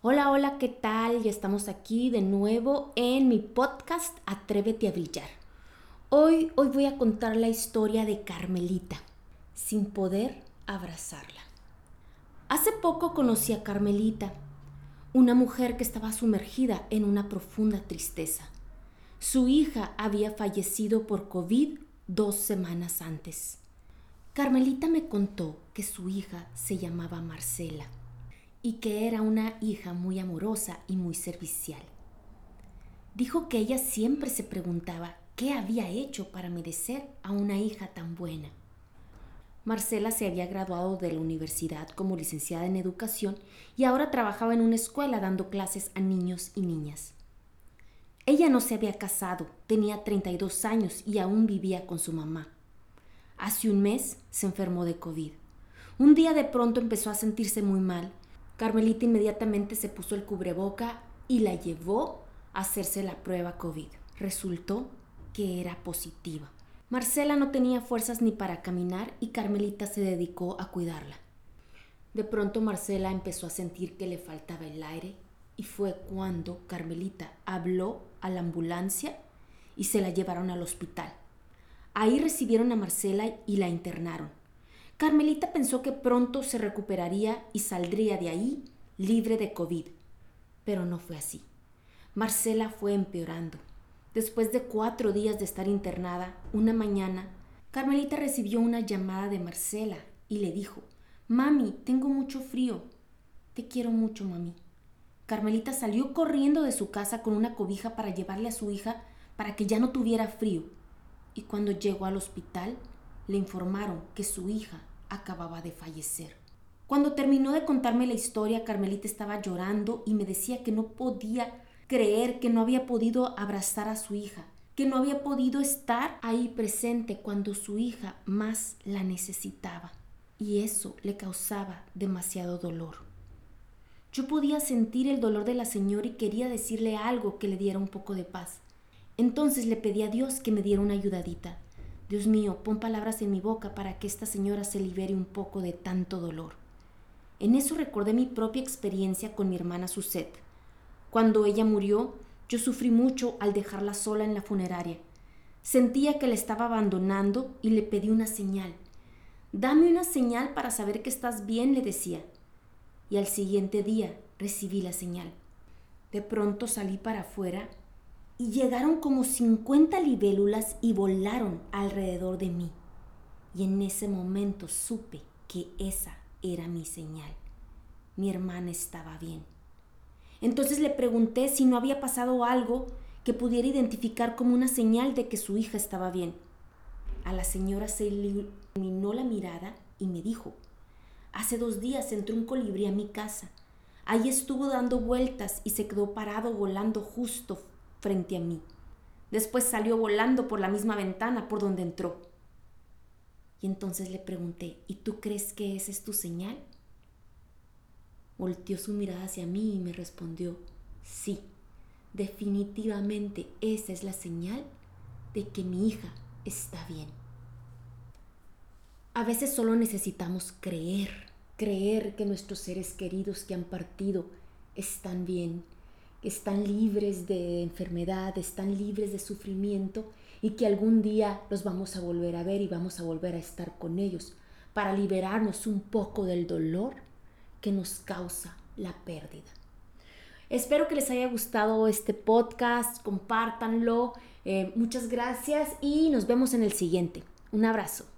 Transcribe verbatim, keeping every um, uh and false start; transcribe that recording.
Hola, hola, ¿qué tal? Ya estamos aquí de nuevo en mi podcast Atrévete a brillar. Hoy, hoy voy a contar la historia de Carmelita, sin poder abrazarla. Hace poco conocí a Carmelita, una mujer que estaba sumergida en una profunda tristeza. Su hija había fallecido por COVID dos semanas antes. Carmelita me contó que su hija se llamaba Marcela y que era una hija muy amorosa y muy servicial. Dijo que ella siempre se preguntaba qué había hecho para merecer a una hija tan buena. Marcela se había graduado de la universidad como licenciada en educación y ahora trabajaba en una escuela dando clases a niños y niñas. Ella no se había casado, tenía treinta y dos años y aún vivía con su mamá. Hace un mes se enfermó de COVID. Un día de pronto empezó a sentirse muy mal. Carmelita inmediatamente se puso el cubreboca y la llevó a hacerse la prueba COVID. Resultó que era positiva. Marcela no tenía fuerzas ni para caminar y Carmelita se dedicó a cuidarla. De pronto Marcela empezó a sentir que le faltaba el aire y fue cuando Carmelita habló a la ambulancia y se la llevaron al hospital. Ahí recibieron a Marcela y la internaron. Carmelita pensó que pronto se recuperaría y saldría de ahí libre de COVID, pero no fue así. Marcela fue empeorando. Después de cuatro días de estar internada, una mañana, Carmelita recibió una llamada de Marcela y le dijo: «Mami, tengo mucho frío». «Te quiero mucho, mami». Carmelita salió corriendo de su casa con una cobija para llevarle a su hija para que ya no tuviera frío. Y cuando llegó al hospital, le informaron que su hija acababa de fallecer. Cuando terminó de contarme la historia, Carmelita estaba llorando y me decía que no podía creer que no había podido abrazar a su hija, que no había podido estar ahí presente cuando su hija más la necesitaba. Y eso le causaba demasiado dolor. Yo podía sentir el dolor de la señora y quería decirle algo que le diera un poco de paz. Entonces le pedí a Dios que me diera una ayudadita. Dios mío, pon palabras en mi boca para que esta señora se libere un poco de tanto dolor. En eso recordé mi propia experiencia con mi hermana Suzette. Cuando ella murió, yo sufrí mucho al dejarla sola en la funeraria. Sentía que la estaba abandonando y le pedí una señal. «Dame una señal para saber que estás bien», le decía. Y al siguiente día recibí la señal. De pronto salí para afuera y llegaron como cincuenta libélulas y volaron alrededor de mí. Y en ese momento supe que esa era mi señal. Mi hermana estaba bien. Entonces le pregunté si no había pasado algo que pudiera identificar como una señal de que su hija estaba bien. A la señora se iluminó la mirada y me dijo: «Hace dos días entró un colibrí a mi casa. Ahí estuvo dando vueltas y se quedó parado volando justo frente a mí. Después salió volando por la misma ventana por donde entró». Y entonces le pregunté: «¿Y tú crees que esa es tu señal?». Volteó su mirada hacia mí y me respondió: «Sí, definitivamente esa es la señal de que mi hija está bien». A veces solo necesitamos creer, creer que nuestros seres queridos que han partido están bien, están libres de enfermedad, están libres de sufrimiento y que algún día los vamos a volver a ver y vamos a volver a estar con ellos para liberarnos un poco del dolor que nos causa la pérdida. Espero que les haya gustado este podcast, compártanlo. Eh, muchas gracias y nos vemos en el siguiente. Un abrazo.